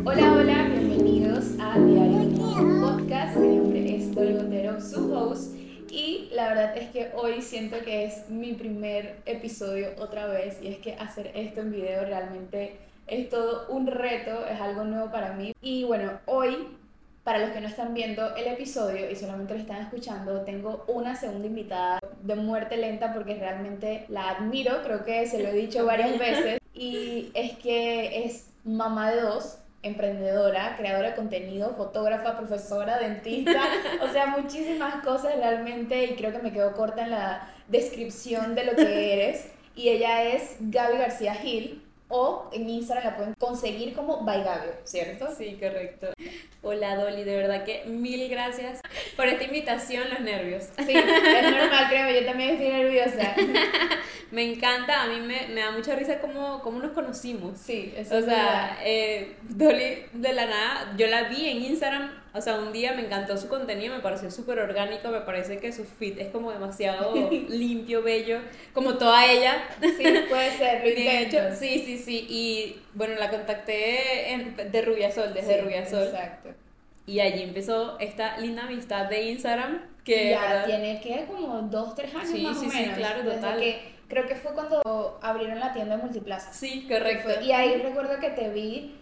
Hola, hola, bienvenidos a Diario Un Podcast. Mi nombre es Dolly Botero, su host. Y la verdad es que hoy siento que es mi primer episodio otra vez. Y es que hacer esto en video realmente es todo un reto, es algo nuevo para mí. Y bueno, hoy, para los que no están viendo el episodio y solamente lo están escuchando, tengo una segunda invitada de muerte lenta porque realmente la admiro, creo que se lo he dicho varias veces. Y es que es mamá de dos, emprendedora, creadora de contenido, fotógrafa, profesora, dentista, o sea, muchísimas cosas realmente, y creo que me quedo corta en la descripción de lo que eres. Y ella es Gaby García Gil, o en Instagram la pueden conseguir como By Gaby, ¿cierto? Sí, correcto. Hola Dolly, de verdad que mil gracias por esta invitación, los nervios. Sí, es normal, créeme, yo también estoy nerviosa. Me encanta, a mí me da mucha risa cómo nos conocimos. Sí, eso O es verdad. sea, Dolly de la nada, yo la vi en Instagram, o sea, un día me encantó su contenido, me pareció súper orgánico, me parece que su feed es como demasiado limpio, bello, como toda ella. Sí, puede ser, lo Bien intento. hecho, sí, y bueno, la contacté de Rubiasol, desde Sí, Rubiasol. exacto. Y allí empezó esta linda amistad de Instagram que Ya ¿verdad? tiene que como 2, 3 años Sí, más sí, o sí, menos. claro, Desde total. que creo que fue cuando abrieron la tienda de Multiplaza. Sí, Que correcto. y ahí recuerdo que te vi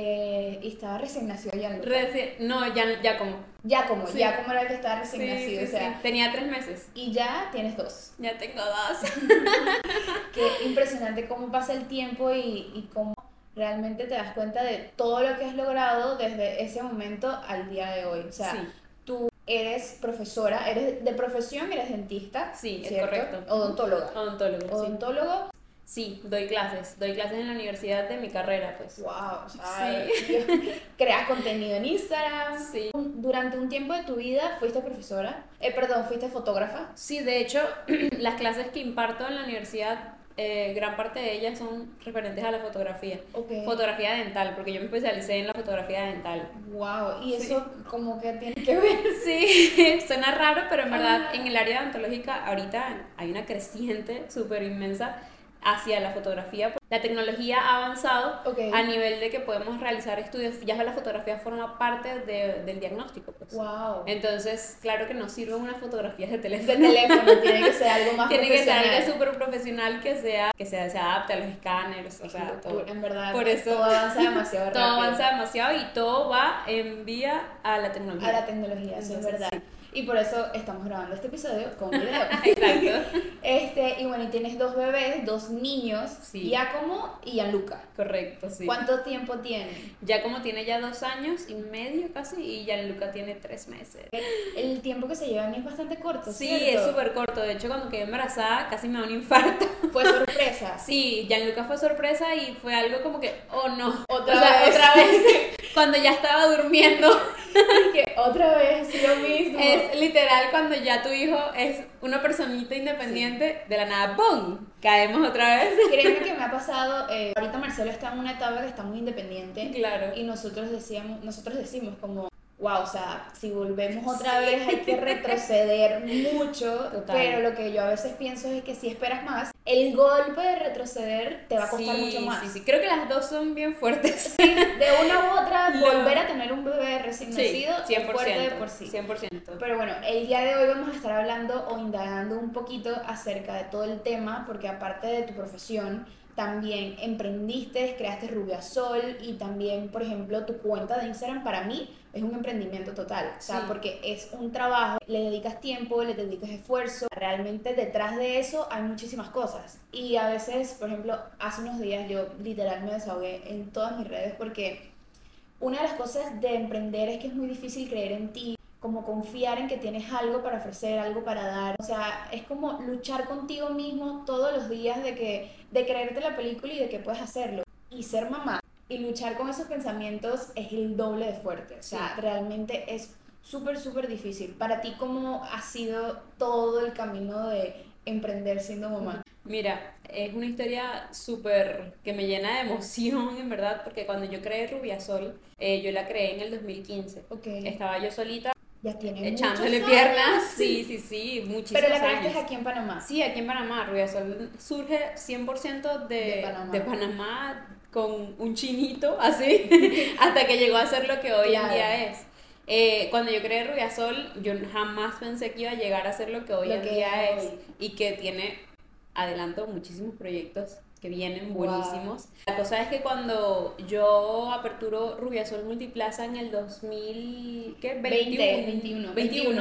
y estaba recién nacido Gianluca. No, ya como. Sí, Ya como era el que estaba recién sí, nacido, sí, o sea, sí. Tenía 3 meses. y ya tienes 2. Ya tengo 2. Qué impresionante cómo pasa el tiempo y cómo realmente te das cuenta de todo lo que has logrado desde ese momento al día de hoy. O sea, Sí, tú eres profesora, eres de profesión, eres dentista, sí, es ¿cierto? correcto. Odontóloga. Odontólogo, sí. Odontólogo, Sí, doy clases en la universidad de mi carrera, pues. wow, o sea, Sí. creas contenido en Instagram. Sí. Durante un tiempo de tu vida fuiste profesora, perdón, fuiste fotógrafa. Sí, de hecho, las clases que imparto en la universidad, gran parte de ellas son referentes a la fotografía. Ok. Fotografía dental, porque yo me especialicé en la fotografía dental. Wow, y Sí. eso como que tiene que ver. Sí, suena raro, pero en verdad Ah. en el área odontológica ahorita hay una creciente súper inmensa hacia la fotografía. La tecnología ha avanzado Ok. a nivel de que podemos realizar estudios, ya la fotografía forma parte del diagnóstico, pues. Wow. Entonces, claro que nos sirven unas fotografías de De teléfono. teléfono, tiene que ser algo más Tiene que ser profesional. algo súper profesional se adapte a los escáneres, o sea, todo. En verdad, Por eso todo avanza demasiado todo rápido. avanza demasiado y todo va en vía a la tecnología. A la tecnología, eso es Entonces, verdad. sí. Y por eso estamos grabando este episodio con video. Exacto. Y bueno, y tienes 2 bebés, 2 niños, Sí. Giacomo y Gianluca. Correcto, sí. ¿Cuánto tiempo tienen? Giacomo tiene ya 2 años y medio casi y Gianluca tiene 3 meses. El tiempo que se llevan es bastante corto, Sí, ¿cierto? es súper corto. De hecho, cuando quedé embarazada casi me da un infarto. Fue sorpresa. Sí, Gianluca fue sorpresa y fue algo como que, oh no. Otra O sea, vez. otra vez. Cuando ya estaba durmiendo. Que otra vez lo mismo. Es literal cuando ya tu hijo es una personita independiente, de la nada, ¡pum! Caemos otra vez. Créeme que me ha pasado, ahorita Marcelo está en una etapa que está muy independiente. Claro. Y nosotros decimos como, wow, o sea, si volvemos otra vez hay que retroceder mucho. Total. Pero lo que yo a veces pienso es que si esperas más, el golpe de retroceder te va a costar Sí, mucho más. Sí, sí. Creo que las dos son bien fuertes. Sí, de una u otra, No. volver a tener un bebé recién Sí, nacido es 100%. fuerte de por sí. 100%. Pero bueno, el día de hoy vamos a estar hablando o indagando un poquito acerca de todo el tema, porque aparte de tu profesión, también emprendiste, creaste Rubiasol y también, por ejemplo, tu cuenta de Instagram para mí es un emprendimiento total, o sea, Sí. porque es un trabajo, le dedicas tiempo, le dedicas esfuerzo, realmente detrás de eso hay muchísimas cosas y a veces, por ejemplo, hace unos días yo literal me desahogué en todas mis redes porque una de las cosas de emprender es que es muy difícil creer en ti, como confiar en que tienes algo para ofrecer, algo para dar. O sea, es como luchar contigo mismo todos los días de creerte la película y de que puedes hacerlo. Y ser mamá y luchar con esos pensamientos es el doble de fuerte. O sea, Sí. realmente es súper, súper difícil. Para ti, ¿cómo ha sido todo el camino de emprender siendo mamá? Mira, es una historia súper que me llena de emoción, en verdad, porque cuando yo creé Rubiasol, yo la creé en el 2015. Ok. Estaba yo solita Ya tiene echándole muchos piernas. años. Sí, muchísimos Pero la creaste años. aquí en Panamá. Sí, aquí en Panamá. Rubiasol surge 100% De Panamá. Panamá, con un chinito, así, hasta que llegó a ser lo que hoy en día es. Cuando yo creé Rubiasol, yo jamás pensé que iba a llegar a ser lo que hoy en día es. Y que tiene, adelanto, muchísimos proyectos que vienen buenísimos. La cosa es que cuando yo aperturo Rubiasol Multiplaza en el 2021,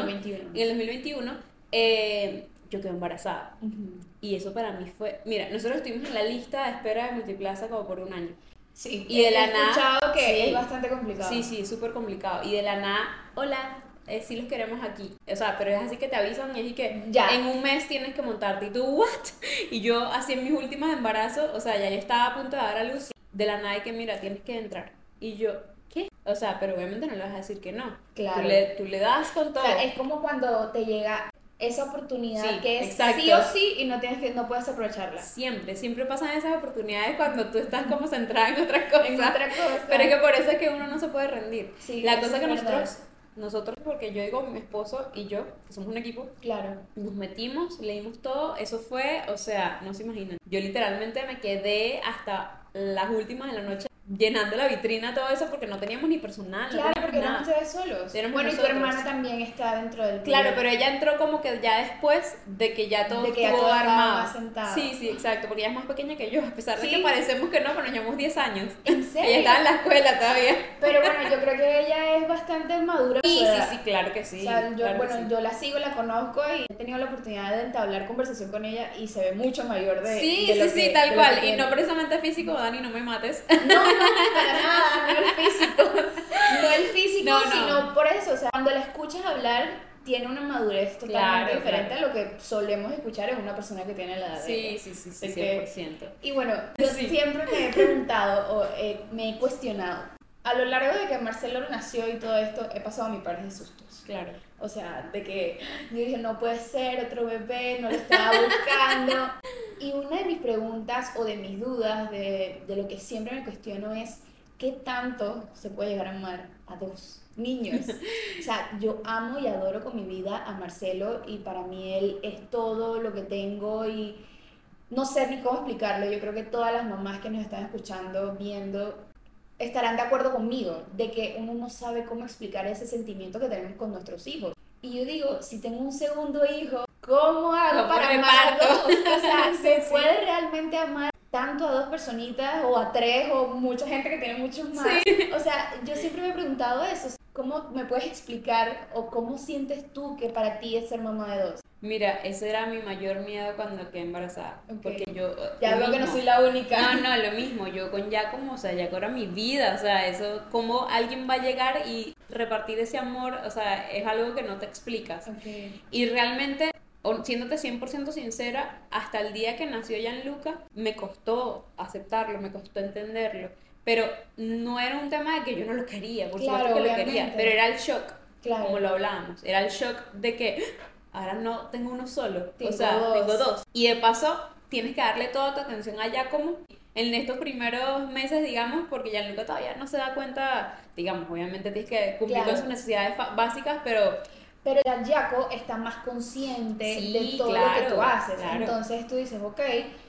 en el 2021, yo quedé embarazada. Y eso para mí fue, mira, nosotros estuvimos en la lista de espera de Multiplaza como por un año. Sí, y de la he nada, escuchado que sí, es bastante complicado. Sí, es súper complicado. Y de la nada, hola, sí los queremos aquí. O sea, pero es así que te avisan y es que ya. En un mes tienes que montarte. Y tú, ¿what? Y yo, así en mis últimos embarazos, o sea, ya yo estaba a punto de dar a luz. De la nada, y que mira, tienes que entrar. Y yo, ¿qué? O sea, pero obviamente no le vas a decir que no. Claro. Tú le das con todo. O sea, es como cuando te llega esa oportunidad, sí, que es exacto. sí o sí y no puedes aprovecharla. Siempre pasan esas oportunidades cuando tú estás como centrada en otra cosa. En otra cosa. Pero es que por eso es que uno no se puede rendir. Sí, la cosa que nosotros, porque yo digo mi esposo y yo, que somos un equipo, claro, nos metimos, leímos todo, eso fue, o sea, no se imaginan. Yo literalmente me quedé hasta las últimas de la noche llenando la vitrina, todo eso, porque no teníamos ni personal. Claro, no porque éramos ustedes solos. Éramos bueno, nosotros. Y tu hermana también está dentro del Claro, club. pero ella entró como que ya después de que ya todo estuvo armado. Sí, exacto, porque ella es más pequeña que yo, a pesar de ¿Sí? que parecemos que no, pero nos llevamos 10 años. ¿En serio? Ella estaba en la escuela todavía. Pero bueno, yo creo que ella es bastante madura. Sí, claro que sí. O sea, yo la sigo, la conozco y he tenido la oportunidad de entablar conversación con ella y se ve mucho mayor de Sí, tal cual. Y no precisamente físico, Dani, no me mates. No, para nada, no el físico. No el físico, sino por eso. O sea, cuando la escuchas hablar, tiene una madurez totalmente diferente a lo que solemos escuchar en una persona que tiene la edad de ella. Sí, 100%. Y bueno, yo siempre me he preguntado o me he cuestionado. A lo largo de que Marcelo nació y todo esto, he pasado mi par de sustos. Claro. O sea, de que yo dije, no puede ser otro bebé, no lo estaba buscando. Y una de mis preguntas o de mis dudas, de lo que siempre me cuestiono es, ¿qué tanto se puede llegar a amar a dos niños? O sea, yo amo y adoro con mi vida a Marcelo y para mí él es todo lo que tengo y no sé ni cómo explicarlo. Yo creo que todas las mamás que nos están escuchando, viendo, estarán de acuerdo conmigo, de que uno no sabe cómo explicar ese sentimiento que tenemos con nuestros hijos. Y yo digo, si tengo un segundo hijo, ¿cómo hago para amar a dos? O sea, ¿se puede realmente amar tanto a dos personitas o a tres o mucha gente que tiene muchos más? O sea, yo siempre me he preguntado eso. ¿Cómo me puedes explicar o cómo sientes tú que para ti es ser mamá de dos? Mira, ese era mi mayor miedo cuando quedé embarazada. Porque yo... Ya veo que no soy la única. No, lo mismo. Yo con Giacomo, o sea, Giacomo era mi vida. O sea, eso, cómo alguien va a llegar y repartir ese amor, o sea, es algo que no te explicas. Y realmente, siéndote 100% sincera, hasta el día que nació Gianluca, me costó aceptarlo, me costó entenderlo. Pero no era un tema de que yo no lo quería, por supuesto que lo quería. Pero era el shock, como lo hablábamos. Era el shock de que... ahora no tengo uno solo, tengo dos. Y de paso, tienes que darle toda tu atención a Giacomo en estos primeros meses, digamos, porque Gianluca todavía no se da cuenta, digamos, obviamente tienes que cumplir con sus necesidades básicas, pero ya Giaco está más consciente de todo lo que tú haces. Entonces tú dices, ok,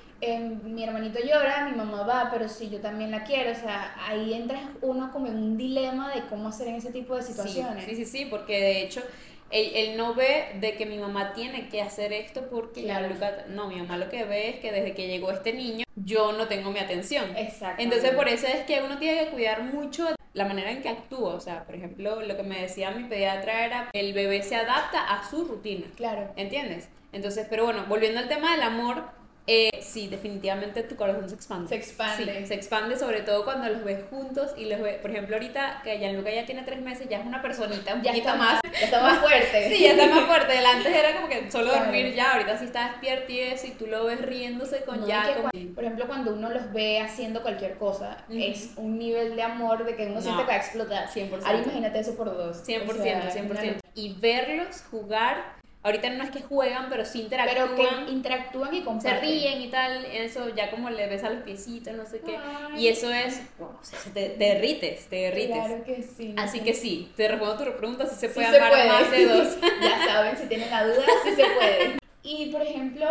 mi hermanito llora, mi mamá va, pero si yo también la quiero, o sea, ahí entras uno como en un dilema de cómo hacer en ese tipo de situaciones. Sí, porque de hecho... Él no ve de que mi mamá tiene que hacer esto porque Gianluca... No, mi mamá lo que ve es que desde que llegó este niño, yo no tengo mi atención. Exacto. Entonces, por eso es que uno tiene que cuidar mucho la manera en que actúa. O sea, por ejemplo, lo que me decía mi pediatra era el bebé se adapta a su rutina. Claro. ¿Entiendes? Entonces, pero bueno, volviendo al tema del amor... sí, definitivamente tu corazón se expande. Sí, se expande sobre todo cuando los ves juntos y los ves, por ejemplo, ahorita que Gianluca ya tiene 3 meses, ya es una personita un poquito más. Ya está más fuerte. Sí, ya está más fuerte. Antes era como que solo dormir ya, ahorita sí está despierto y eso, y tú lo ves riéndose con Giacomo. Por ejemplo, cuando uno los ve haciendo cualquier cosa, es un nivel de amor de que uno siente que va a explotar. 100%. Ahora imagínate eso por dos. 100%, o sea, 100%. Y verlos jugar... Ahorita no es que juegan, pero sí interactúan. Pero que interactúan y comparten. Se ríen y tal, eso ya como le ves a los piecitos, no sé qué. Y eso es, wow, o sea, te derrites. Claro que sí. Así que sí, te respondo tu pregunta, si se puede amar a más de dos. Ya saben, si tienen la duda, sí se puede. Y por ejemplo,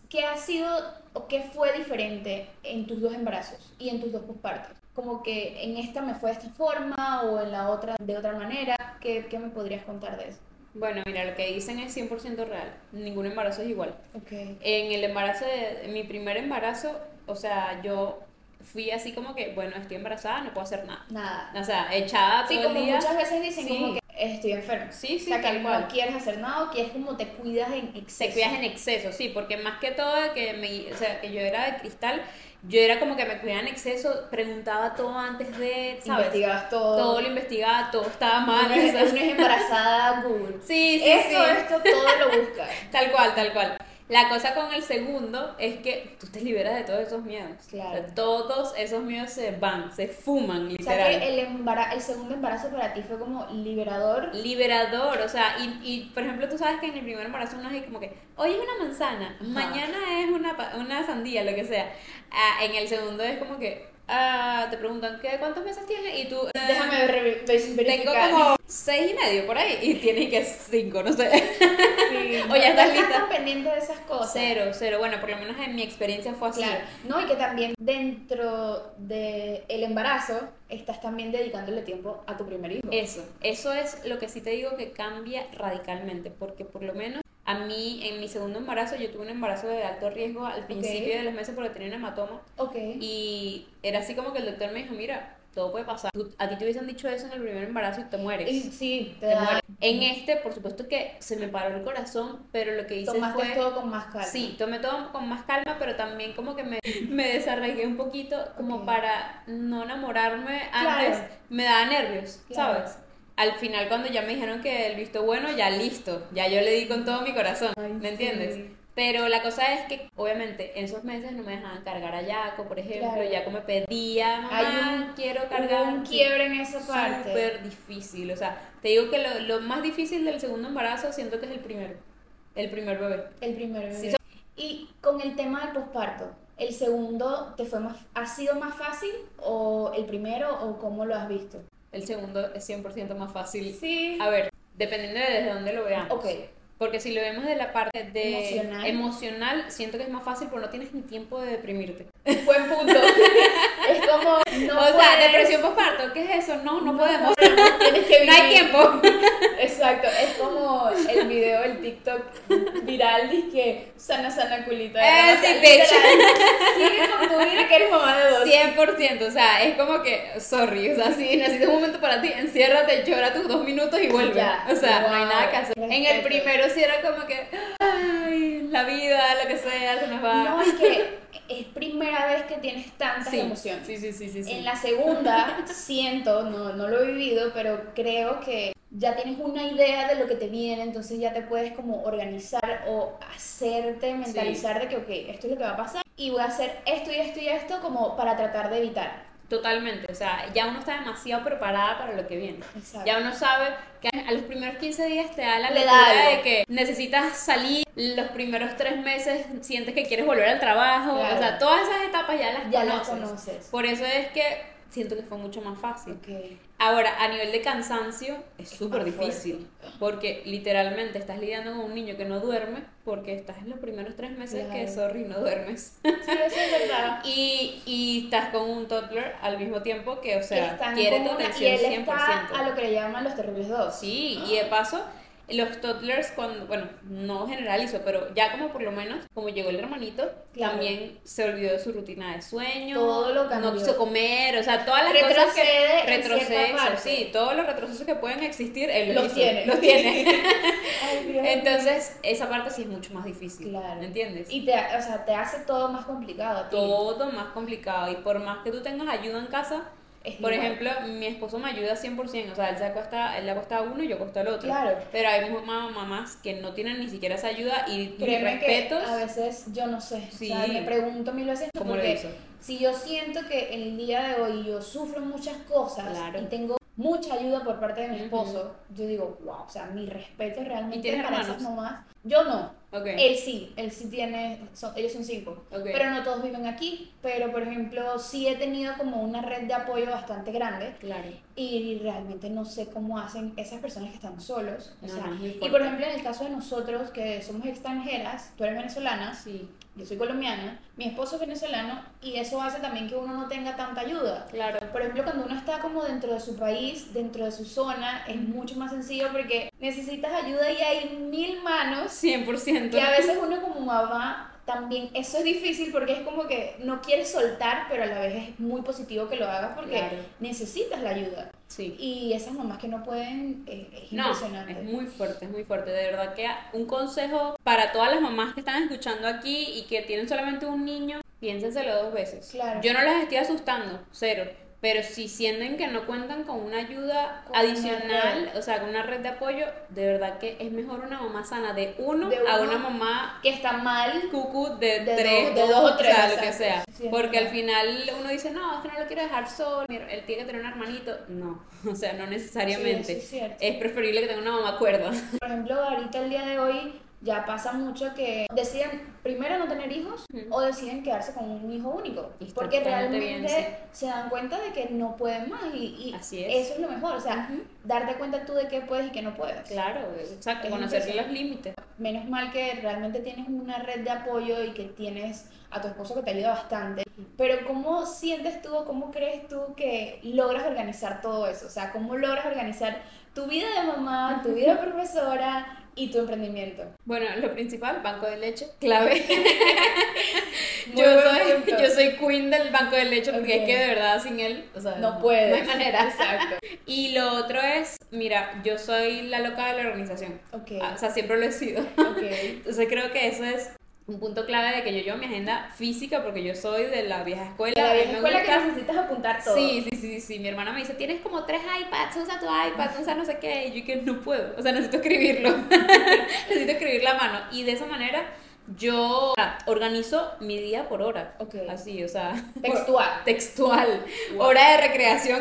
¿qué ha sido o qué fue diferente en tus 2 embarazos y en tus 2 pospartos? Como que en esta me fue de esta forma o en la otra de otra manera. ¿Qué me podrías contar de eso? Bueno, mira, lo que dicen es 100% real. Ningún embarazo es igual. Okay. En el embarazo en mi primer embarazo, o sea, yo fui así como que, bueno, estoy embarazada, no puedo hacer nada. Nada. O sea, echada todo Sí, el como día. muchas veces dicen Sí. como que estoy enferma. Sí, sí, o sea, que tal cual. no quieres hacer nada o quieres como te cuidas en exceso. Te cuidas en exceso, sí, porque más que todo o sea, que yo era de cristal, yo era como que me cuidaba en exceso, preguntaba todo antes de, ¿sabes? Investigabas todo. Todo lo investigaba, todo estaba mal. Uno es embarazada, Google. Sí, sí, Esto, todo lo buscas. Tal cual, tal cual. La cosa con el segundo es que tú te liberas de todos esos miedos. Claro. O sea, todos esos miedos se van, se fuman, O sea literal. que el segundo embarazo para ti fue como liberador. Liberador, o sea, y por ejemplo, tú sabes que en el primer embarazo uno es como que, hoy es una manzana, Ajá. mañana es una sandía, lo que sea. En el segundo es como que, te preguntan, ¿cuántos meses tienes? Y tú, Déjame verificar. tengo como 6 y medio por ahí, y tienes que 5, no sé. Sí, O ya estás lista. tan pendiente de esas cosas. Cero, bueno, por lo menos en mi experiencia fue así. Claro, no, y que también dentro del embarazo estás también dedicándole tiempo a tu primer hijo. Eso es lo que sí te digo que cambia radicalmente, porque por lo menos a mí en mi segundo embarazo, yo tuve un embarazo de alto riesgo al principio de los meses porque tenía un hematoma. Y era así como que el doctor me dijo, mira, todo puede pasar. A ti te hubiesen dicho eso en el primer embarazo y te mueres. Y sí, te mueres. En este, por supuesto que se me paró el corazón, pero lo que hice Tomaste fue... todo con más calma. Sí, tomé todo con más calma, pero también como que me desarraigué un poquito como para no enamorarme. Antes me daba nervios, ¿sabes? Al final cuando ya me dijeron que el visto bueno, ya listo, ya yo le di con todo mi corazón, ¿me entiendes? Sí. Pero la cosa es que, obviamente, en esos meses no me dejaban cargar a Yaco, por ejemplo. Yaco me pedía, mamá, quiero cargar. Hubo un quiebre en esa parte. Súper difícil, o sea, te digo que lo más difícil del segundo embarazo siento que es el primer bebé. El primer bebé. Sí. Y con el tema del posparto, ¿el segundo ha sido más fácil o el primero o cómo lo has visto? El segundo es 100% más fácil. Sí. A ver, dependiendo de desde dónde lo veamos. Ok. Porque si lo vemos de la parte de emocional, siento que es más fácil porque no tienes ni tiempo de deprimirte. Buen punto. Es como, sea, depresión postparto, ¿qué es eso? No podemos. Tienes que vivir. No hay tiempo. Exacto, es como el video del TikTok viral de que sana culita. Sí, bitch. Sigue con tu vida que eres mamá de 2. 100%, o sea, es como que, sorry, o sea, si necesitas un momento para ti, enciérrate, llora tus 2 minutos y vuelve. O sea, no hay nada que hacer. Respeto. En el primero sí era como que, ay, la vida, lo que sea, se nos va. No, es que es primera vez que tienes tantas emociones. Sí. En la segunda siento, no lo he vivido, pero creo que ya tienes una idea de lo que te viene, entonces ya te puedes como organizar o hacerte mentalizar de que, ok, esto es lo que va a pasar y voy a hacer esto y esto y esto como para tratar de evitar. Totalmente, o sea, ya uno está demasiado preparada para lo que viene. Exacto. Ya uno sabe que a los primeros 15 días te da la locura de que necesitas salir, los primeros 3 meses sientes que quieres volver al trabajo, o sea, todas esas etapas ya las conoces. Por eso es que siento que fue mucho más fácil. Okay. Ahora, a nivel de cansancio, es súper difícil, porque literalmente estás lidiando con un niño que no duerme, porque estás en los primeros 3 meses que, sorry, no duermes. Sí, eso es verdad. y estás con un toddler al mismo tiempo que, o sea, quiere tu atención 100%. Y él está a lo que le llaman los terribles 2. Sí, y de paso, los toddlers no generalizo, pero ya como por lo menos, como llegó el hermanito, también se olvidó de su rutina de sueño, todo lo cambió. No quiso comer, o sea, todas las cosas que retroceso, sí, todos los retrocesos que pueden existir, él los tiene. Ay, Dios. Entonces, esa parte sí es mucho más difícil, claro. ¿entiendes? Y te hace todo más complicado. Todo más complicado, y por más que tú tengas ayuda en casa, por ejemplo, mi esposo me ayuda 100%, o sea, él le acuesta a uno y yo acuesto al otro. Claro. Pero hay mamás que no tienen ni siquiera esa ayuda y créeme mis respetos. Que a veces yo no sé, sí. O sea, me pregunto 1000 veces ¿Cómo porque lo hizo? Si yo siento que el día de hoy yo sufro muchas cosas y tengo mucha ayuda por parte de mi esposo, yo digo, wow, o sea, mi respeto realmente para esas mamás. Yo no. Okay. Él sí tiene, ellos son 5, Okay. pero no todos viven aquí, pero por ejemplo sí he tenido como una red de apoyo bastante grande. Claro. Y realmente no sé cómo hacen esas personas que están solos. O sea, es muy y fuerte. por ejemplo en el caso de nosotros que somos extranjeras, tú eres venezolana, Sí. yo soy colombiana, mi esposo es venezolano y eso hace también que uno no tenga tanta ayuda. Claro. Por ejemplo, cuando uno está como dentro de su país, dentro de su zona, es mucho más sencillo porque necesitas ayuda y hay 1000 manos. 100%. Que a veces uno como mamá también, eso es difícil porque es como que no quieres soltar, pero a la vez es muy positivo que lo hagas porque Claro. necesitas la ayuda. Sí. Y esas mamás que no pueden, es impresionante. Es muy fuerte. De verdad que un consejo para todas las mamás que están escuchando aquí y que tienen solamente un niño, piénsenselo 2 veces. Claro. Yo no las estoy asustando, 0. Pero si sienten que no cuentan con una ayuda adicional, o sea, con una red de apoyo, de verdad que es mejor una mamá sana de uno a una mamá que está mal, cucu de 3, de 2 o 3, o sea, lo que sea. Sí, porque al final uno dice, no, es que no lo quiero dejar solo, él tiene que tener un hermanito. No, o sea, no necesariamente. Sí, es preferible que tenga una mamá cuerda. Por ejemplo, ahorita el día de hoy ya pasa mucho que deciden primero no tener hijos o deciden quedarse con un hijo único porque realmente bien, sí. Se dan cuenta de que no pueden más y así es. Eso es lo mejor, o sea, darte cuenta tú de qué puedes y qué no puedes. Claro, exacto, conocer los límites. Menos mal que realmente tienes una red de apoyo y que tienes a tu esposo que te ayuda bastante, pero ¿cómo sientes tú o cómo crees tú que logras organizar todo eso? O sea, ¿cómo logras organizar tu vida de mamá, tu vida de profesora y tu emprendimiento? Bueno, lo principal, banco de leche, clave. yo soy queen del banco de leche porque es que de verdad sin él, o sea, no puedes. No hay manera. Exacto. Y lo otro es, mira, yo soy la loca de la organización. Okay. O sea, siempre lo he sido. Okay. Entonces creo que eso es un punto clave de que yo llevo mi agenda física porque yo soy de la vieja escuela. De la vieja escuela que necesitas apuntar todo. Sí. Mi hermana me dice, tienes como 3 iPads, usa tu iPad, usa no sé qué. Y yo que no puedo, o sea, necesito escribirlo. Necesito escribir a mano. Y de esa manera yo organizo mi día por hora. Okay. Así, o sea. Textual. Wow. Hora de recreación.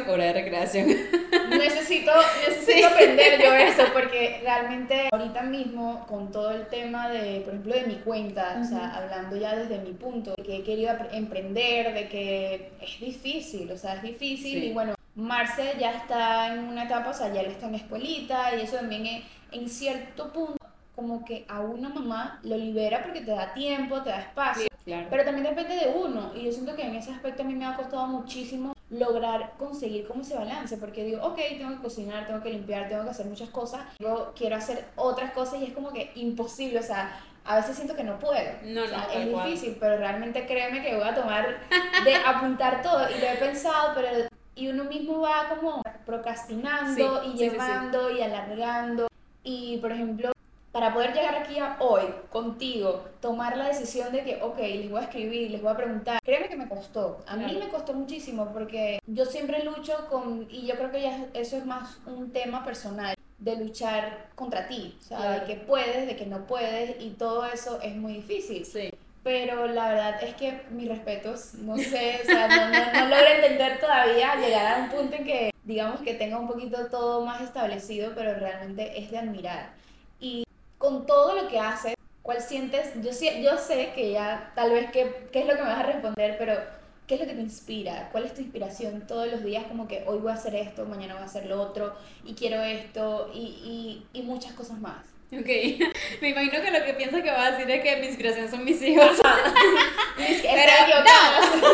Necesito aprender yo eso porque realmente ahorita mismo con todo el tema de, por ejemplo, de mi cuenta, o sea, hablando ya desde mi punto, de que he querido emprender, de que es difícil, y bueno, Marce ya está en una etapa, o sea, ya él está en escuelita y eso también en cierto punto como que a una mamá lo libera porque te da tiempo, te da espacio, sí, claro. Pero también depende de uno y yo siento que en ese aspecto a mí me ha costado muchísimo lograr conseguir como ese balance porque digo, ok, tengo que cocinar, tengo que limpiar, tengo que hacer muchas cosas, yo quiero hacer otras cosas y es como que imposible, o sea, a veces siento que no puedo, es difícil, pero realmente créeme que voy a tomar de apuntar todo y lo he pensado, pero y uno mismo va como procrastinando y llevando y alargando y por ejemplo para poder llegar aquí a hoy contigo, tomar la decisión de que, ok, les voy a escribir, les voy a preguntar, créeme que me costó, a mí me costó muchísimo porque yo siempre lucho con, y yo creo que ya eso es más un tema personal, de luchar contra ti, o sea, de que puedes, de que no puedes y todo eso es muy difícil. Sí. Pero la verdad es que mis respetos, no sé, o sea, no logro entender todavía, llegar a un punto en que, digamos que tenga un poquito todo más establecido, pero realmente es de admirar. Y con todo lo que haces, ¿cuál sientes? Yo sé que ya tal vez qué es lo que me vas a responder, pero ¿qué es lo que te inspira? ¿Cuál es tu inspiración todos los días? Como que hoy voy a hacer esto, mañana voy a hacer lo otro, y quiero esto, y muchas cosas más. Ok, me imagino que lo que piensas que va a decir es que mi inspiración son mis hijos. Pero no.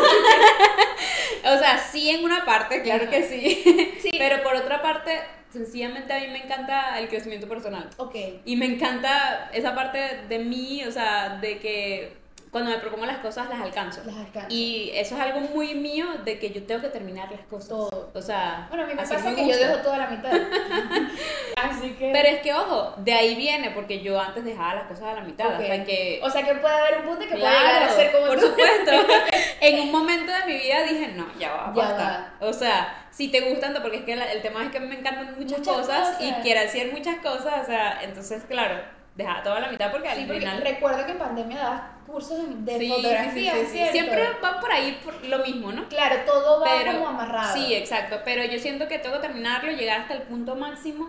O sea, sí en una parte, claro que sí. Pero por otra parte, sencillamente a mí me encanta el crecimiento personal. Okay. Y me encanta esa parte de mí, o sea, de que cuando me propongo las cosas las alcanzo. Y eso es algo muy mío de que yo tengo que terminar las cosas. Todo. O sea, bueno, a mí me pasa que yo dejo toda la mitad. Así que... Pero es que, ojo, de ahí viene, porque yo antes dejaba las cosas a la mitad. Okay. O sea que puede haber un punto que puede llegar a ser como por tú. supuesto. En un momento de mi vida dije, no, ya va, basta. O sea, si te gustan, porque es que el tema es que me encantan muchas cosas y quiero hacer muchas cosas, o sea, entonces, claro, dejaba toda la mitad porque al final... recuerdo que en pandemia dabas cursos de fotografía, sí. Siempre van por ahí por lo mismo, ¿no? Claro, todo va como amarrado. Sí, exacto, pero yo siento que tengo que terminarlo, llegar hasta el punto máximo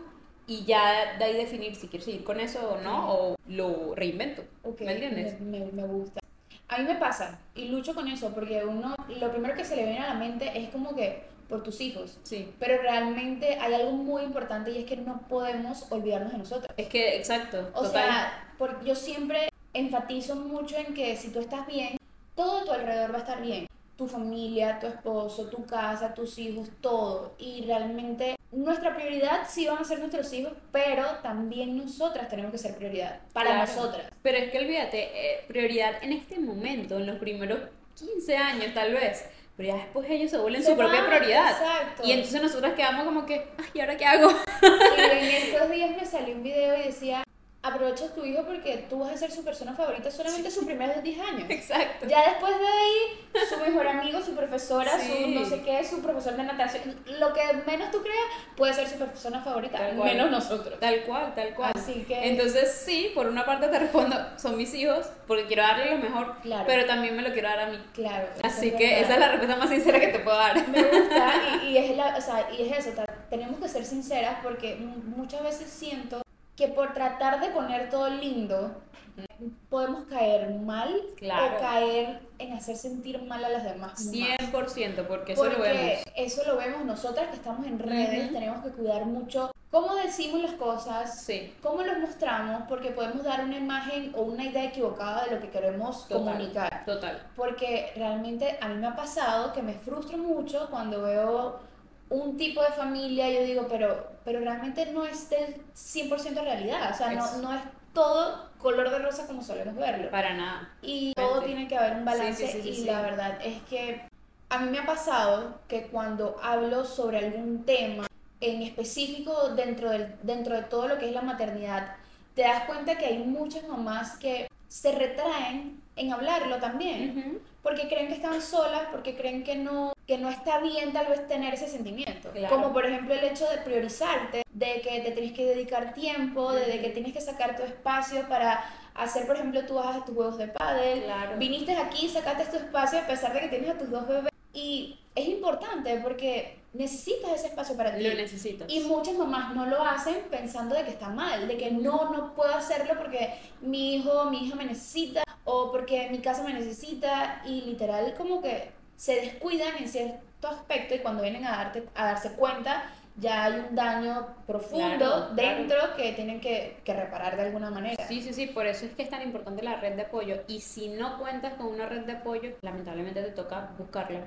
y ya de ahí definir si quiero seguir con eso o no, o lo reinvento. Okay, ¿Me entiendes? Me gusta. A mí me pasa y lucho con eso porque uno, lo primero que se le viene a la mente es como que por tus hijos. Sí. Pero realmente hay algo muy importante y es que no podemos olvidarnos de nosotros. Es que, exacto, O total. sea, yo siempre enfatizo mucho en que si tú estás bien, todo a tu alrededor va a estar bien. Tu familia, tu esposo, tu casa, tus hijos, todo. Y realmente nuestra prioridad sí van a ser nuestros hijos, pero también nosotras tenemos que ser prioridad para Claro. nosotras. Pero es que olvídate, prioridad en este momento, en los primeros 15 años tal vez, pero ya después ellos se vuelven su propia prioridad. Exacto. Y entonces nosotras quedamos como que, ay, ¿y ahora qué hago? Sí, en estos días me salió un video y decía, aprovecha a tu hijo porque tú vas a ser su persona favorita solamente sus primeros 10 años. Exacto. Ya después de ahí, su mejor amigo, su profesora, Sí. su no sé qué, su profesor de natación, lo que menos tú creas puede ser su persona favorita, Tal cual. menos nosotros. Tal cual, tal cual. Así que... Entonces, sí, por una parte te respondo, son mis hijos, porque quiero darle lo mejor, Claro. pero también me lo quiero dar a mí. Claro. Así que esa es la respuesta más sincera que te puedo dar. Me gusta y es, o sea, y es eso, tenemos que ser sinceras porque muchas veces siento que por tratar de poner todo lindo podemos caer mal Claro. o caer en hacer sentir mal a las demás. 100%, porque eso lo vemos. Eso lo vemos nosotras que estamos en redes, tenemos que cuidar mucho cómo decimos las cosas, Sí. cómo los mostramos, porque podemos dar una imagen o una idea equivocada de lo que queremos comunicar. Total. Porque realmente a mí me ha pasado que me frustro mucho cuando veo un tipo de familia, yo digo, pero realmente no es del 100% realidad, o sea, no es todo color de rosa como solemos verlo. Para nada. Y todo tiene que haber un balance Sí. y la verdad es que a mí me ha pasado que cuando hablo sobre algún tema en específico dentro de todo lo que es la maternidad, te das cuenta que hay muchas mamás que se retraen en hablarlo también, porque creen que están solas, porque creen que no está bien tal vez tener ese sentimiento. Claro. Como por ejemplo el hecho de priorizarte, de que te tienes que dedicar tiempo, de que tienes que sacar tu espacio para hacer, por ejemplo, tú vas a tus juegos de pádel, Claro. viniste aquí, sacaste tu espacio a pesar de que tienes a tus 2 bebés. Y es importante porque necesitas ese espacio para ti. Lo necesitas. Y muchas mamás no lo hacen pensando de que está mal, de que no puedo hacerlo porque mi hijo o mi hija me necesita o porque mi casa me necesita y literal como que se descuidan en cierto aspecto y cuando vienen a darse cuenta ya hay un daño profundo dentro que tienen que reparar de alguna manera. Sí, por eso es que es tan importante la red de apoyo y si no cuentas con una red de apoyo, lamentablemente te toca buscarla.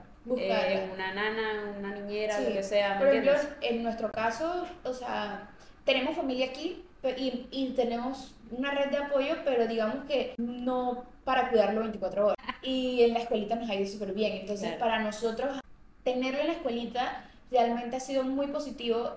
Una nana, una niñera, lo que sea. Por ejemplo, en nuestro caso, o sea, tenemos familia aquí y tenemos una red de apoyo, pero digamos que no para cuidarlo 24 horas. Y en la escuelita nos ha ido súper bien. Entonces, para nosotros, tenerlo en la escuelita realmente ha sido muy positivo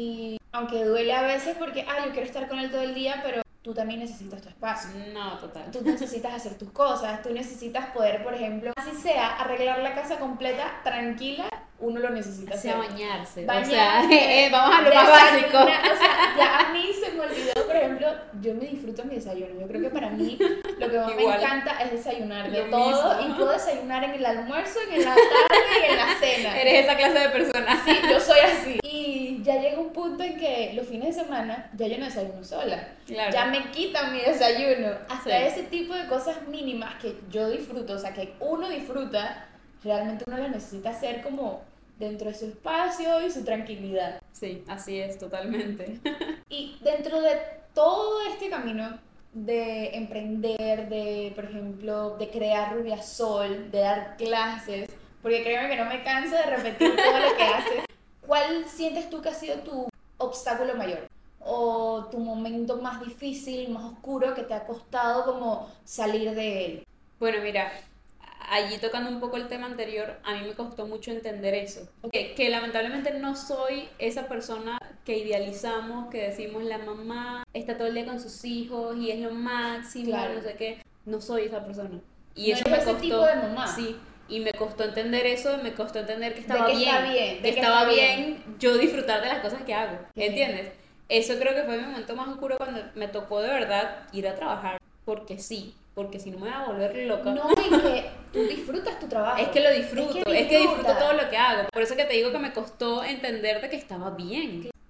y aunque duele a veces porque, yo quiero estar con él todo el día, pero tú también necesitas tu espacio. No, total. Tú necesitas hacer tus cosas, tú necesitas poder, por ejemplo, así sea, arreglar la casa completa, tranquila, uno lo necesita hacer. Bañarse. O sea, vamos a lo más básico. O sea, ya a mí se me olvidó, por ejemplo, yo me disfruto mi desayuno. Yo creo que para mí lo que más me encanta es desayunar de todo y puedo desayunar en el almuerzo, en la tarde y en la cena. Eres esa clase de persona. Sí, yo soy así. Y ya llega un punto en que los fines de semana ya yo no desayuno sola. Claro. Ya me quitan mi desayuno. Hasta ese tipo de cosas mínimas que yo disfruto, o sea, que uno disfruta, realmente uno las necesita hacer como dentro de su espacio y su tranquilidad. Sí, así es, totalmente. Y dentro de todo este camino de emprender, de, por ejemplo, de crear Rubiasol, de dar clases, porque créeme que no me canso de repetir todo lo que haces, ¿cuál sientes tú que ha sido tu obstáculo mayor? O tu momento más difícil, más oscuro, que te ha costado como salir de él. Bueno, mira, allí tocando un poco el tema anterior, a mí me costó mucho entender eso. Que lamentablemente no soy esa persona que idealizamos, que decimos la mamá está todo el día con sus hijos y es lo máximo, no sé qué. No soy esa persona. Y no eso me eres costó. Ese tipo de mamá. Sí. Y me costó entender eso, me costó entender que estaba bien. Que estaba bien yo disfrutar de las cosas que hago. ¿Entiendes? Eso creo que fue mi momento más oscuro cuando me tocó de verdad ir a trabajar. Porque sí, porque si no me voy a volver loca. No, y que tú disfrutas tu trabajo. Es que lo disfruto, es que disfruto todo lo que hago. Por eso que te digo que me costó entender de que estaba bien.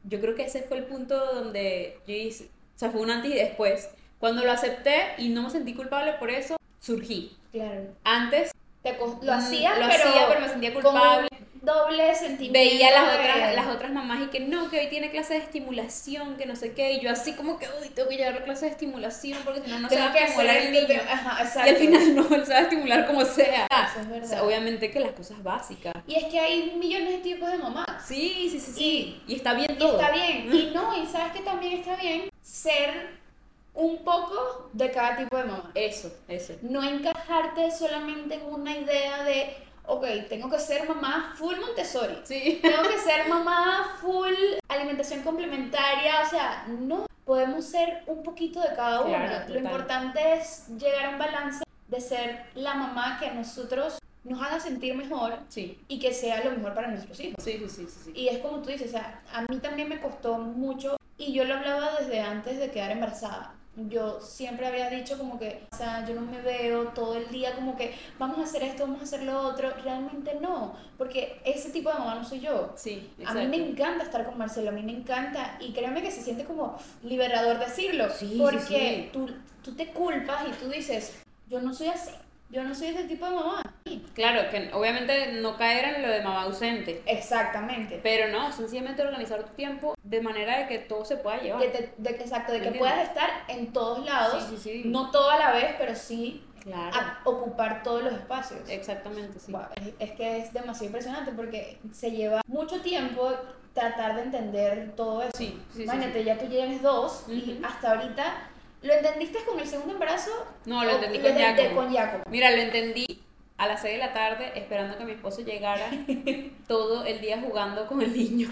yo creo que ese fue el punto donde yo hice, o sea, fue un antes y después. Cuando lo acepté y no me sentí culpable por eso, surgí. Claro. Antes lo hacía, pero me sentía culpable. Doble sentimiento. Veía las otras mamás y que no, que hoy tiene clase de estimulación, que no sé qué, y yo así como que, uy, tengo que llevar la clase de estimulación porque si no, no se va a estimular el niño. Ajá, exacto. Y al final no, él se va a estimular como sea. Eso es verdad. O sea, obviamente que las cosas básicas. Y es que hay millones de tipos de mamás. Sí. Y está bien todo. Y está bien. Y no, y sabes que también está bien ser un poco de cada tipo de mamá. Eso. No encajarte solamente en una idea de, ok, tengo que ser mamá full Montessori. Sí. Tengo que ser mamá full alimentación complementaria. O sea, no. Podemos ser un poquito de cada una. Claro, Lo importante es llegar a un balance de ser la mamá que a nosotros nos haga sentir mejor y que sea lo mejor para nuestros hijos. Sí. Y es como tú dices, o sea, a mí también me costó mucho y yo lo hablaba desde antes de quedar embarazada. Yo siempre había dicho como que, o sea, yo no me veo todo el día como que vamos a hacer esto, vamos a hacer lo otro. Realmente no, porque ese tipo de mamá no soy yo. Sí, exacto. A mí me encanta estar con Marcelo, a mí me encanta y créeme que se siente como liberador decirlo, porque tú te culpas y tú dices, yo no soy así. Yo no soy ese tipo de mamá. Claro, que obviamente no caer en lo de mamá ausente. Exactamente. Pero no, sencillamente organizar tu tiempo de manera de que todo se pueda llevar. Exacto, de que puedas estar en todos lados. Sí. No todo a la vez, pero sí claro. Ocupar todos los espacios. Exactamente, sí. Wow, es que es demasiado impresionante porque se lleva mucho tiempo tratar de entender todo eso. Sí. Imagínate, ya tú tienes 2 y hasta ahorita... ¿Lo entendiste con el segundo embarazo? No, lo entendí con Jacob. Mira, lo entendí a las 6 de la tarde esperando que mi esposo llegara todo el día jugando con el niño.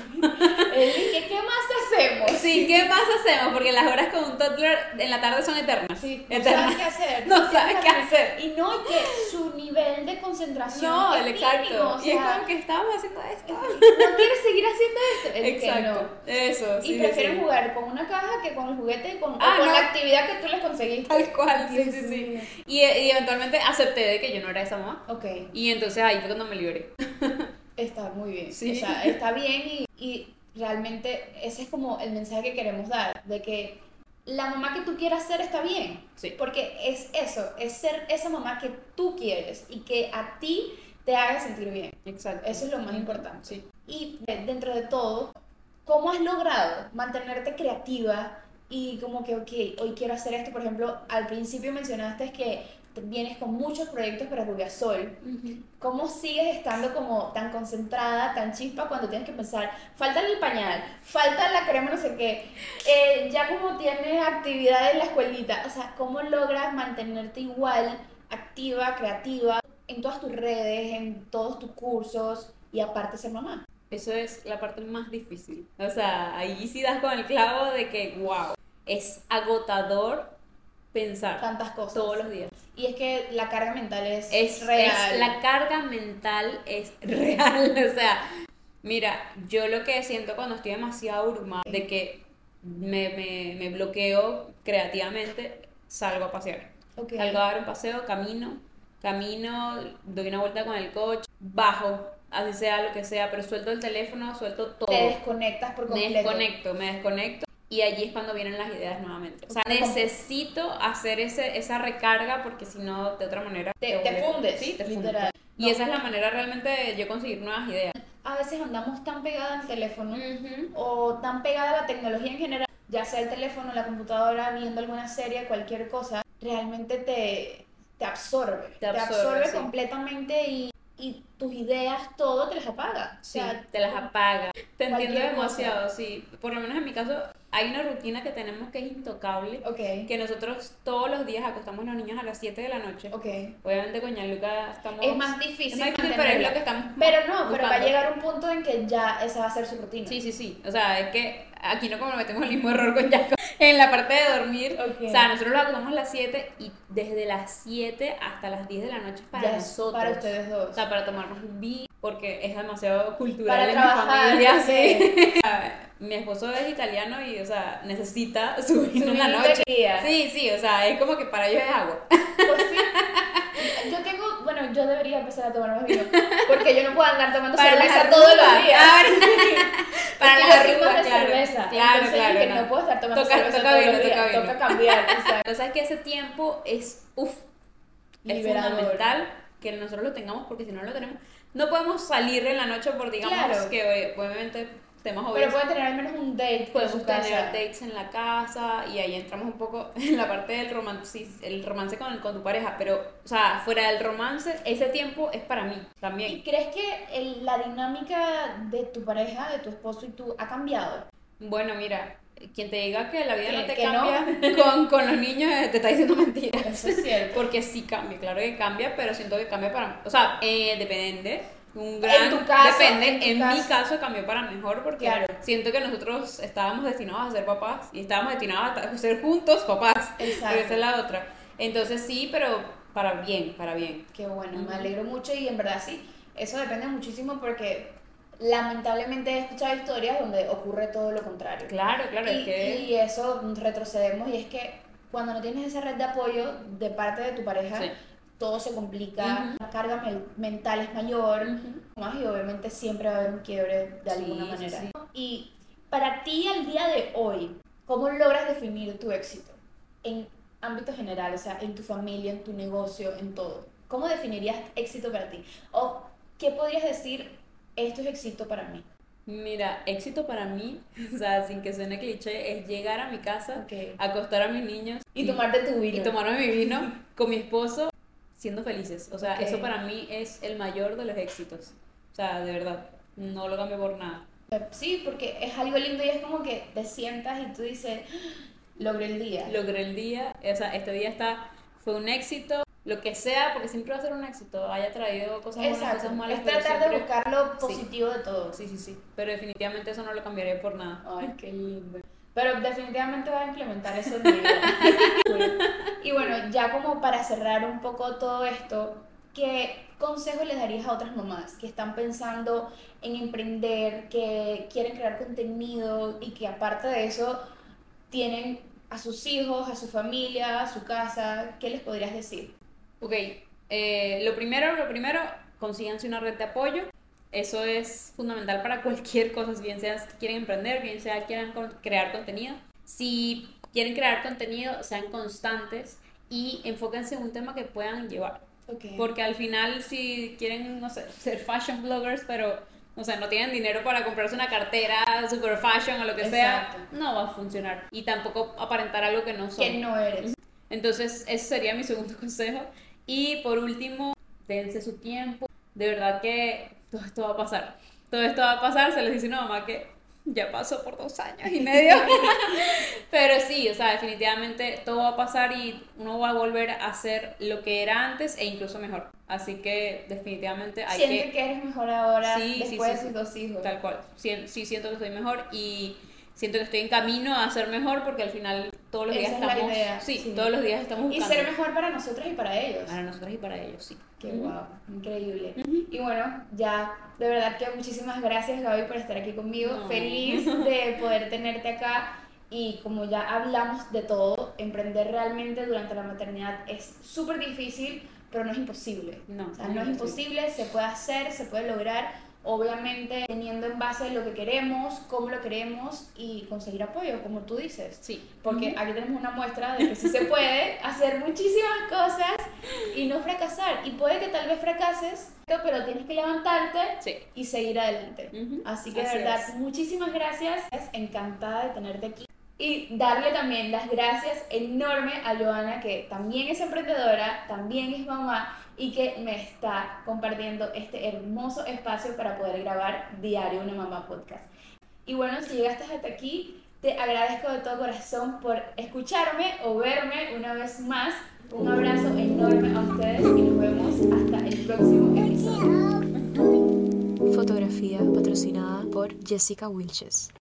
¿Qué más hacemos? Sí, ¿qué más hacemos? Porque las horas con un toddler en la tarde son eternas. Sí, eternas. No sabes qué hacer. No sabes qué hacer. Y no, que su nivel de concentración es exacto. Mínimo, o sea, y es como que estábamos haciendo esto. No quieres seguir haciendo esto. Exacto. Eso, y prefieren jugar con una caja que con el juguete o con la actividad que tú les conseguiste. Tal cual, sí. Y eventualmente acepté de que yo no era esa mamá. Ok. Y entonces ahí fue cuando me liberé. Está muy bien. Sí. O sea, está bien y realmente ese es como el mensaje que queremos dar, de que la mamá que tú quieras ser está bien. Sí. Porque es eso, es ser esa mamá que tú quieres y que a ti te haga sentir bien. Exacto. Eso es lo más importante. Sí. Y dentro de todo, ¿cómo has logrado mantenerte creativa y como que, ok, hoy quiero hacer esto? Por ejemplo, al principio mencionaste que vienes con muchos proyectos para Rubiasol. ¿Cómo sigues estando como tan concentrada, tan chispa cuando tienes que pensar, falta el pañal, falta la crema no sé qué, ya como tienes actividad en la escuelita? O sea, ¿cómo logras mantenerte igual, activa, creativa en todas tus redes, en todos tus cursos y aparte ser mamá? Eso es la parte más difícil. O sea, ahí sí das con el clavo de que, wow, es agotador pensar tantas cosas todos los días. Y es que la carga mental es real. La carga mental es real. O sea, mira, yo lo que siento cuando estoy demasiado abrumada de que me bloqueo creativamente, salgo a pasear. Salgo a dar un paseo, camino, doy una vuelta con el coche, bajo, así sea lo que sea, pero suelto el teléfono, suelto todo. Te desconectas por completo. Me desconecto. Y allí es cuando vienen las ideas nuevamente. O sea, necesito hacer esa recarga porque si no, de otra manera... Te fundes. Sí, te literal. fundes. Y esa es la manera realmente de yo conseguir nuevas ideas. A veces andamos tan pegadas al teléfono o tan pegada a la tecnología en general, ya sea el teléfono, la computadora, viendo alguna serie, cualquier cosa, realmente te absorbe. Te absorbe completamente y tus ideas, todo te las apaga. Sí, o sea, te las apaga. Te entiendo demasiado, cosa. Sí. Por lo menos en mi caso, hay una rutina que tenemos que es intocable. Que nosotros todos los días acostamos a los niños a las 7 de la noche. Obviamente con Gianluca estamos... Es más difícil pero es lo que estamos pero va a llegar un punto en que ya esa va a ser su rutina. Sí. O sea, es que aquí no cometemos el mismo error con Jacob en la parte de dormir. O sea, nosotros lo acostamos a las 7 y desde las 7 hasta las 10 de la noche para nosotros. Para ustedes dos. O sea, para tomarnos un vino, porque es demasiado cultural para en trabajar, mi familia. Sí. Mi esposo es italiano y, o sea, necesita su vino en la noche. Sí, o sea, es como que para ellos es agua. Pues sí. Yo debería empezar a tomar más vino, porque yo no puedo andar tomando cerveza todos los días. Para las arrugas, de cerveza. tomando toca cerveza todos vino, los días, toca vino. toca cambiar, exacto. Pero sabes que ese tiempo es Liberador. fundamental que nosotros lo tengamos, porque si no lo tenemos, no podemos salir en la noche por, digamos, Claro. que obviamente temas Pero obvios. pueden tener al menos un date en Podemos su tener casa. dates en la casa y ahí entramos un poco en la parte del romance, el romance con tu pareja, pero, o sea, fuera del romance, ese tiempo es para mí ¿Y también. crees que la dinámica de tu pareja, de tu esposo y tú ha cambiado? Bueno, mira, quien te diga que la vida no te Que cambia con los niños te está diciendo mentiras. Eso es cierto. Porque sí cambia, claro que cambia, pero siento que cambia para... O sea, depende. En tu caso, Depende. en tu Mi caso. caso cambió para mejor porque Claro. siento que nosotros estábamos destinados a ser papás y estábamos destinados a ser juntos papás. Exacto. Esa es la otra. Entonces sí, pero para bien, para bien. Qué bueno, me alegro mucho y en verdad sí, eso depende muchísimo porque lamentablemente he escuchado historias donde ocurre todo lo contrario. Claro, es que... Y eso retrocedemos y es que cuando no tienes esa red de apoyo de parte de tu pareja, Sí. todo se complica, la carga mental es mayor, más y obviamente siempre va a haber un quiebre de alguna Sí, manera. sí. Y para ti al día de hoy, ¿cómo logras definir tu éxito? En ámbito general, o sea, en tu familia, en tu negocio, en todo. ¿Cómo definirías éxito para ti? ¿O qué podrías decir, esto es éxito para mí? Mira, éxito para mí, o sea, sin que suene cliché, es llegar a mi casa, Ok. acostar a mis niños Y tomarte tu vino. y tomarme mi vino con mi esposo siendo felices. O sea, Ok. eso para mí es el mayor de los éxitos. O sea, de verdad, no lo cambio por nada. Sí, porque es algo lindo y es como que te sientas y tú dices, logré el día. Logré el día, o sea, este día fue un éxito, lo que sea, porque siempre va a ser un éxito, haya traído cosas buenas, Exacto. cosas malas. Es pero tratar de siempre- buscar lo Sí. positivo de todo. Sí, pero definitivamente eso no lo cambiaría por nada. Ay, qué lindo. Pero definitivamente va a implementar eso en mi vida. Cool. Y bueno, ya como para cerrar un poco todo esto, ¿qué consejos les darías a otras mamás que están pensando en emprender, que quieren crear contenido y que aparte de eso tienen a sus hijos, a su familia, a su casa? ¿Qué les podrías decir? Ok, lo primero, consíganse una red de apoyo. Eso es fundamental para cualquier cosa, bien sea quieren emprender, bien sea quieran crear contenido. Si quieren crear contenido, sean constantes y enfóquense en un tema que puedan llevar. Okay. Porque al final, si quieren, no sé, ser fashion bloggers, pero, no sé, no tienen dinero para comprarse una cartera super fashion o lo que Exacto. sea, no va a funcionar. Y tampoco aparentar algo que no son. Que no eres. Entonces, ese sería mi segundo consejo. Y por último, dense su tiempo. De verdad que todo esto va a pasar. Todo esto va a pasar. Se les dice una mamá que ya pasó por 2 años y medio. Pero sí, o sea, definitivamente todo va a pasar y uno va a volver a hacer lo que era antes e incluso mejor. Así que definitivamente hay Siento que eres mejor ahora Sí, después de sí. tus 2 hijos. Tal cual. Sí, siento que estoy mejor y siento que estoy en camino a ser mejor porque al final todos los días Esa es la estamos... idea, Sí, sí. todos los días estamos Y buscando. ser mejor para nosotros y para ellos. Para nosotros y para ellos, sí. Qué guau, increíble. Y bueno, ya de verdad que muchísimas gracias, Gaby, por estar aquí conmigo. No. Feliz de poder tenerte acá. Y como ya hablamos de todo, emprender realmente durante la maternidad es súper difícil, pero no es imposible. No, O sea, no es imposible, se puede hacer, se puede lograr. Obviamente teniendo en base lo que queremos, cómo lo queremos y conseguir apoyo, como tú dices. Sí. Porque aquí tenemos una muestra de que sí se puede hacer muchísimas cosas y no fracasar. Y puede que tal vez fracases, pero tienes que levantarte Sí. y seguir adelante. Así que de Así verdad, es. muchísimas gracias. Encantada de tenerte aquí. Y darle también las gracias enorme a Joana, que también es emprendedora, también es mamá y que me está compartiendo este hermoso espacio para poder grabar Diario Una Mamá Podcast. Y bueno, si llegaste hasta aquí, te agradezco de todo corazón por escucharme o verme una vez más. Un abrazo enorme a ustedes y nos vemos hasta el próximo episodio. Fotografía patrocinada por Jessica Wilches.